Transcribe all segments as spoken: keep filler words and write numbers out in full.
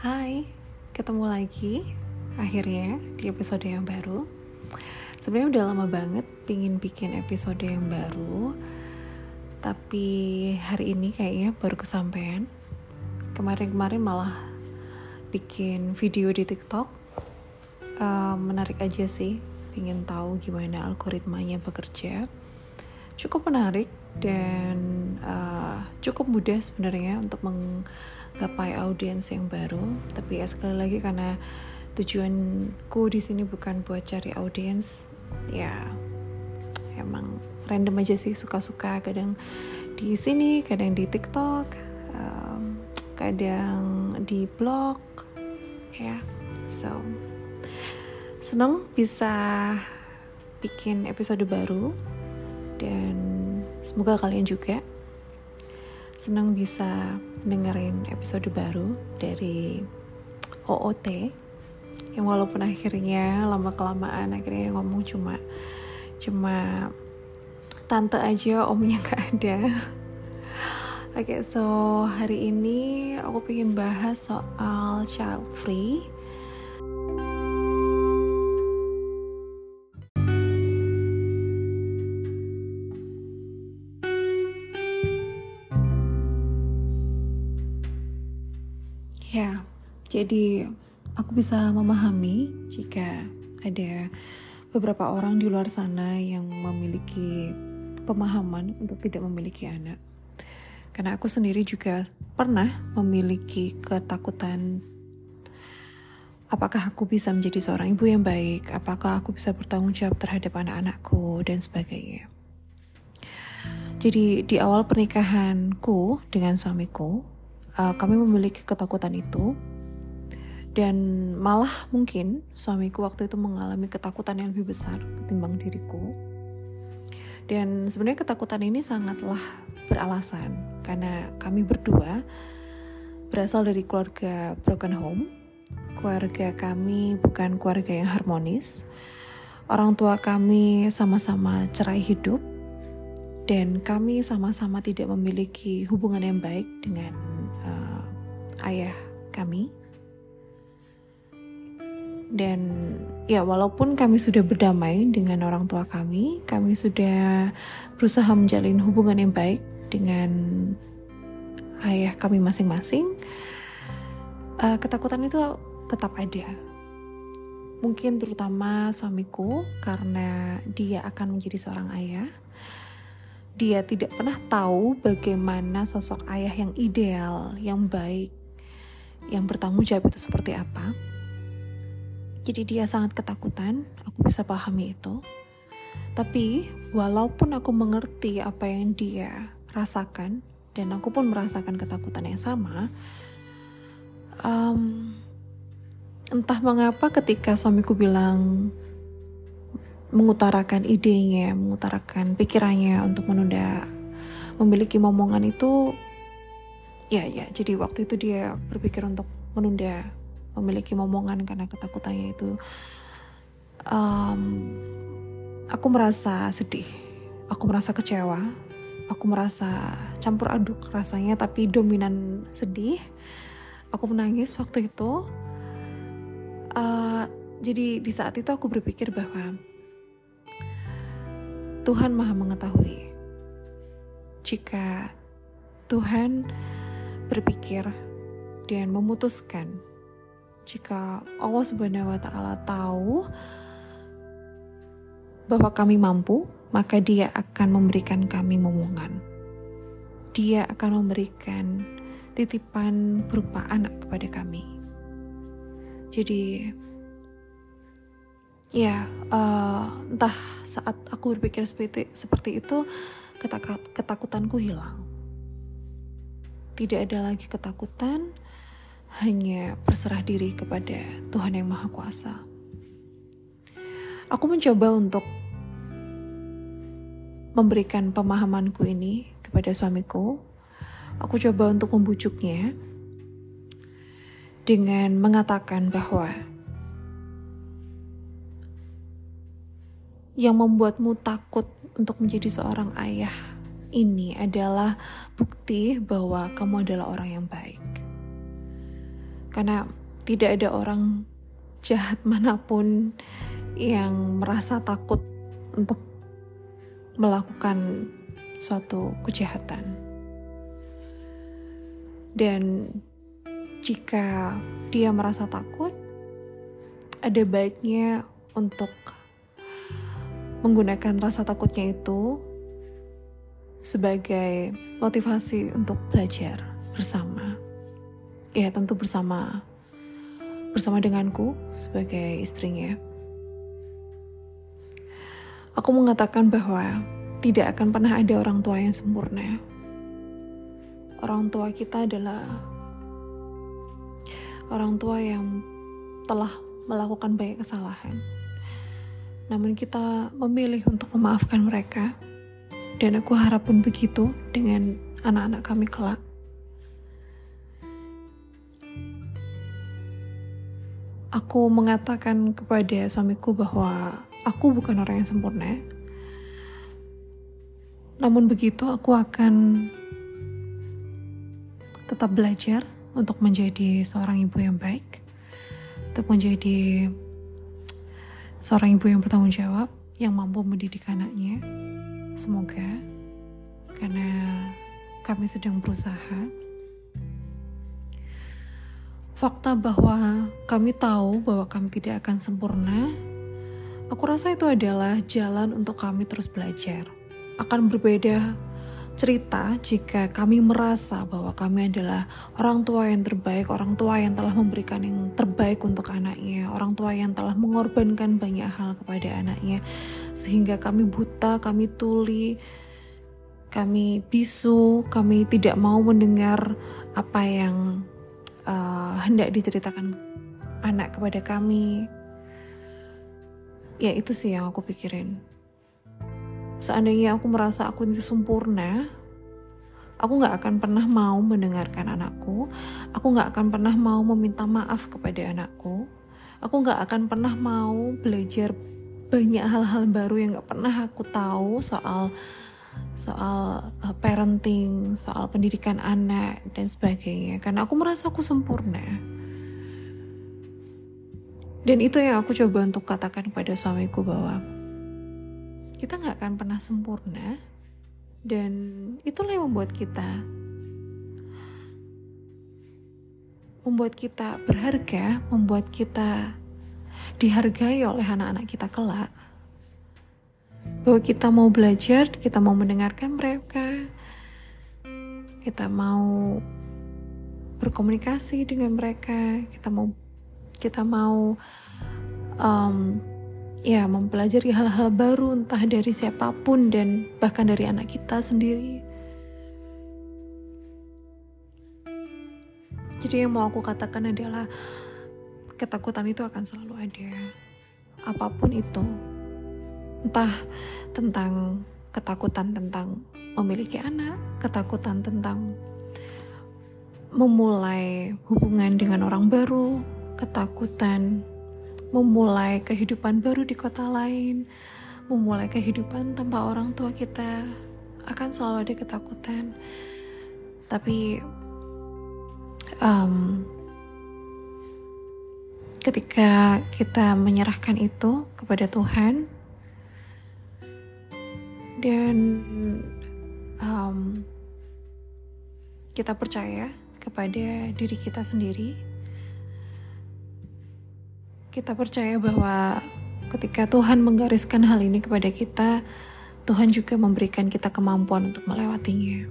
Hai, ketemu lagi akhirnya di episode yang baru. Sebenarnya udah lama banget pingin bikin episode yang baru, tapi hari ini kayaknya baru kesampaian. Kemarin-kemarin malah bikin video di TikTok. uh, Menarik aja sih, pingin tahu gimana algoritmanya bekerja. Cukup menarik dan uh, cukup mudah sebenarnya untuk menggapai audiens yang baru. Tapi ya sekali lagi karena tujuanku di sini bukan buat cari audiens, ya emang random aja sih, suka-suka. Kadang di sini, kadang di TikTok, um, kadang di blog, ya. So seneng bisa bikin episode baru. Dan semoga kalian juga senang bisa dengerin episode baru dari O O T, yang walaupun akhirnya lama-kelamaan akhirnya ngomong cuma cuma tante aja, omnya gak ada. Oke, okay, so hari ini aku pengen bahas soal child free. Ya, jadi aku bisa memahami jika ada beberapa orang di luar sana yang memiliki pemahaman untuk tidak memiliki anak. Karena aku sendiri juga pernah memiliki ketakutan, apakah aku bisa menjadi seorang ibu yang baik, apakah aku bisa bertanggung jawab terhadap anak-anakku, dan sebagainya. Jadi di awal pernikahanku dengan suamiku, Uh, kami memiliki ketakutan itu, dan malah mungkin suamiku waktu itu mengalami ketakutan yang lebih besar ketimbang diriku. Dan sebenarnya ketakutan ini sangatlah beralasan, karena kami berdua berasal dari keluarga broken home. Keluarga kami bukan keluarga yang harmonis. Orang tua kami sama-sama cerai hidup, dan kami sama-sama tidak memiliki hubungan yang baik dengan uh, ayah kami. Dan ya, walaupun kami sudah berdamai dengan orang tua kami, kami sudah berusaha menjalin hubungan yang baik dengan ayah kami masing-masing, uh, ketakutan itu tetap ada. Mungkin terutama suamiku, karena dia akan menjadi seorang ayah. Dia tidak pernah tahu bagaimana sosok ayah yang ideal, yang baik, yang bertanggung jawab itu seperti apa. Jadi dia sangat ketakutan, aku bisa pahami itu. Tapi walaupun aku mengerti apa yang dia rasakan, dan aku pun merasakan ketakutan yang sama, um, entah mengapa ketika suamiku bilang, mengutarakan idenya, mengutarakan pikirannya untuk menunda memiliki momongan itu, ya ya, jadi waktu itu dia berpikir untuk menunda memiliki momongan karena ketakutannya itu. Um, aku merasa sedih, aku merasa kecewa, aku merasa campur aduk rasanya, tapi dominan sedih. Aku menangis waktu itu. Uh, jadi di saat itu aku berpikir bahwa Tuhan Maha mengetahui. Jika Tuhan berpikir dan memutuskan, jika Allah Subhanahu wa Ta'ala tahu bahwa kami mampu, maka Dia akan memberikan kami momongan. Dia akan memberikan titipan berupa anak kepada kami. Jadi ya, uh, entah saat aku berpikir seperti, seperti itu, ketak- ketakutanku hilang. Tidak ada lagi ketakutan, hanya berserah diri kepada Tuhan yang Maha Kuasa. Aku mencoba untuk memberikan pemahamanku ini kepada suamiku. Aku coba untuk membujuknya dengan mengatakan bahwa yang membuatmu takut untuk menjadi seorang ayah ini adalah bukti bahwa kamu adalah orang yang baik. Karena tidak ada orang jahat manapun yang merasa takut untuk melakukan suatu kejahatan. Dan jika dia merasa takut, ada baiknya untuk menggunakan rasa takutnya itu sebagai motivasi untuk belajar bersama. Ya, tentu bersama bersama denganku sebagai istrinya. Aku mengatakan bahwa tidak akan pernah ada orang tua yang sempurna. Orang tua kita adalah orang tua yang telah melakukan banyak kesalahan. Namun kita memilih untuk memaafkan mereka. Dan aku harap pun begitu dengan anak-anak kami kelak. Aku mengatakan kepada suamiku bahwa aku bukan orang yang sempurna. Namun begitu aku akan tetap belajar untuk menjadi seorang ibu yang baik, untuk menjadi seorang ibu yang bertanggung jawab, yang mampu mendidik anaknya. Semoga, karena kami sedang berusaha. Fakta bahwa kami tahu bahwa kami tidak akan sempurna, aku rasa itu adalah jalan untuk kami terus belajar. Akan berbeda cerita jika kami merasa bahwa kami adalah orang tua yang terbaik, orang tua yang telah memberikan yang terbaik untuk anaknya, orang tua yang telah mengorbankan banyak hal kepada anaknya, sehingga kami buta, kami tuli, kami bisu, kami tidak mau mendengar apa yang uh, hendak diceritakan anak kepada kami. Ya, itu sih yang aku pikirin. Seandainya aku merasa aku ini sempurna, aku gak akan pernah mau mendengarkan anakku, aku gak akan pernah mau meminta maaf kepada anakku, aku gak akan pernah mau belajar banyak hal-hal baru yang gak pernah aku tahu soal soal uh, parenting, soal pendidikan anak, dan sebagainya, karena aku merasa aku sempurna. Dan itu yang aku coba untuk katakan kepada suamiku, bahwa kita gak akan pernah sempurna, dan itulah yang membuat kita membuat kita berharga, membuat kita dihargai oleh anak-anak kita kelak. Bahwa kita mau belajar, kita mau mendengarkan mereka, kita mau berkomunikasi dengan mereka, kita mau kita mau um, ya mempelajari hal-hal baru, entah dari siapapun dan bahkan dari anak kita sendiri. Jadi yang mau aku katakan adalah ketakutan itu akan selalu ada, apapun itu. Entah tentang ketakutan tentang memiliki anak, ketakutan tentang memulai hubungan dengan orang baru, ketakutan memulai kehidupan baru di kota lain, memulai kehidupan tanpa orang tua kita, akan selalu ada ketakutan. Tapi um, ketika kita menyerahkan itu kepada Tuhan dan um, kita percaya kepada diri kita sendiri, kita percaya bahwa ketika Tuhan menggariskan hal ini kepada kita, Tuhan juga memberikan kita kemampuan untuk melewatinya.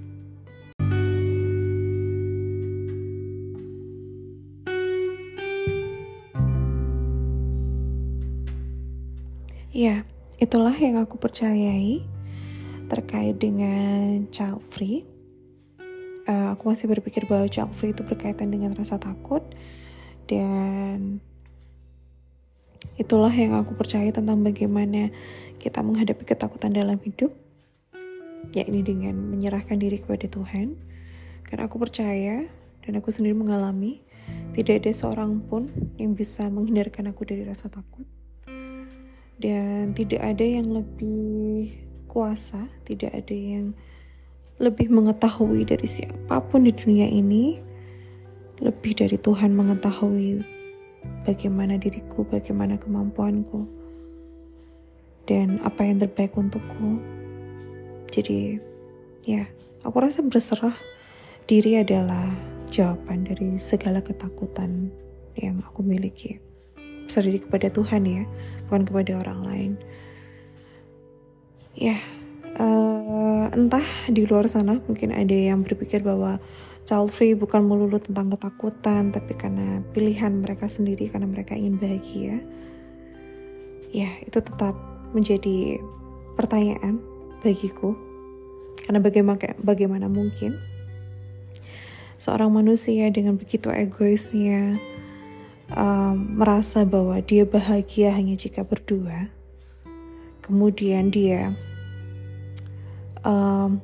Ya, itulah yang aku percayai terkait dengan child free. Uh, aku masih berpikir bahwa child free itu berkaitan dengan rasa takut, dan itulah yang aku percaya tentang bagaimana kita menghadapi ketakutan dalam hidup, yakni dengan menyerahkan diri kepada Tuhan. Karena aku percaya dan aku sendiri mengalami, tidak ada seorang pun yang bisa menghindarkan aku dari rasa takut. Dan tidak ada yang lebih kuasa, tidak ada yang lebih mengetahui dari siapapun di dunia ini lebih dari Tuhan mengetahui bagaimana diriku, bagaimana kemampuanku, dan apa yang terbaik untukku. Jadi ya, aku rasa berserah diri adalah jawaban dari segala ketakutan yang aku miliki. Berserah diri kepada Tuhan ya, bukan kepada orang lain. Ya, uh, entah di luar sana mungkin ada yang berpikir bahwa child free bukan melulu tentang ketakutan, tapi karena pilihan mereka sendiri, karena mereka ingin bahagia. Ya, itu tetap menjadi pertanyaan bagiku. Karena bagaimana, bagaimana mungkin seorang manusia dengan begitu egoisnya um, merasa bahwa dia bahagia hanya jika berdua. Kemudian dia um,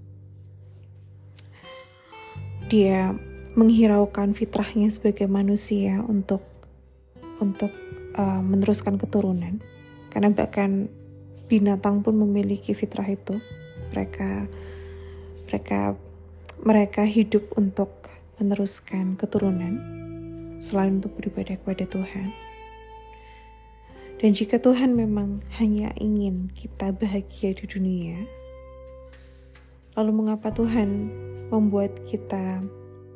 dia menghiraukan fitrahnya sebagai manusia untuk untuk uh, meneruskan keturunan. Karena bahkan binatang pun memiliki fitrah itu. Mereka mereka mereka hidup untuk meneruskan keturunan selain untuk beribadah kepada Tuhan. Dan jika Tuhan memang hanya ingin kita bahagia di dunia, lalu mengapa Tuhan membuat kita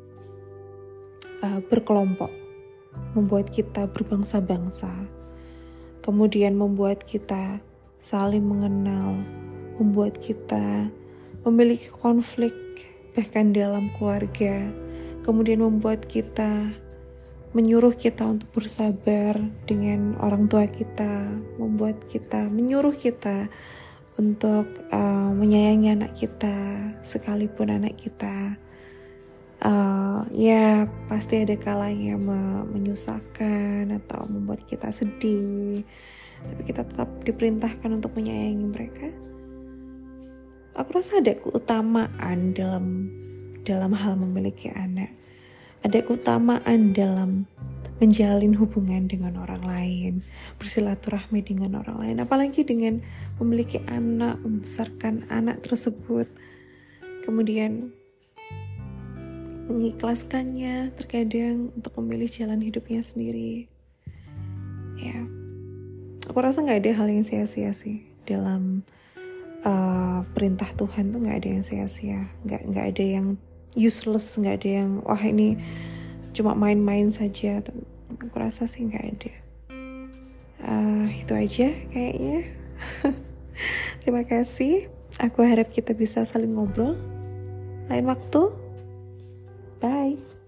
uh, berkelompok, membuat kita berbangsa-bangsa, kemudian membuat kita saling mengenal, membuat kita memiliki konflik bahkan dalam keluarga, kemudian membuat kita, menyuruh kita untuk bersabar dengan orang tua kita, membuat kita, menyuruh kita untuk uh, menyayangi anak kita, sekalipun anak kita uh, ya pasti ada kalanya me- menyusahkan atau membuat kita sedih, tapi kita tetap diperintahkan untuk menyayangi mereka. Aku rasa ada keutamaan dalam dalam hal memiliki anak. Ada keutamaan dalam menjalin hubungan dengan orang lain, bersilaturahmi dengan orang lain, apalagi dengan memiliki anak, membesarkan anak tersebut, kemudian mengikhlaskannya terkadang untuk memilih jalan hidupnya sendiri. Ya, aku rasa nggak ada hal yang sia-sia sih dalam uh, perintah Tuhan tuh, nggak ada yang sia-sia, nggak nggak ada yang useless, nggak ada yang wah ini cuma main-main saja. Aku rasa sih nggak ada. Uh, itu aja kayaknya. Terima kasih. Aku harap kita bisa saling ngobrol lain waktu. Bye.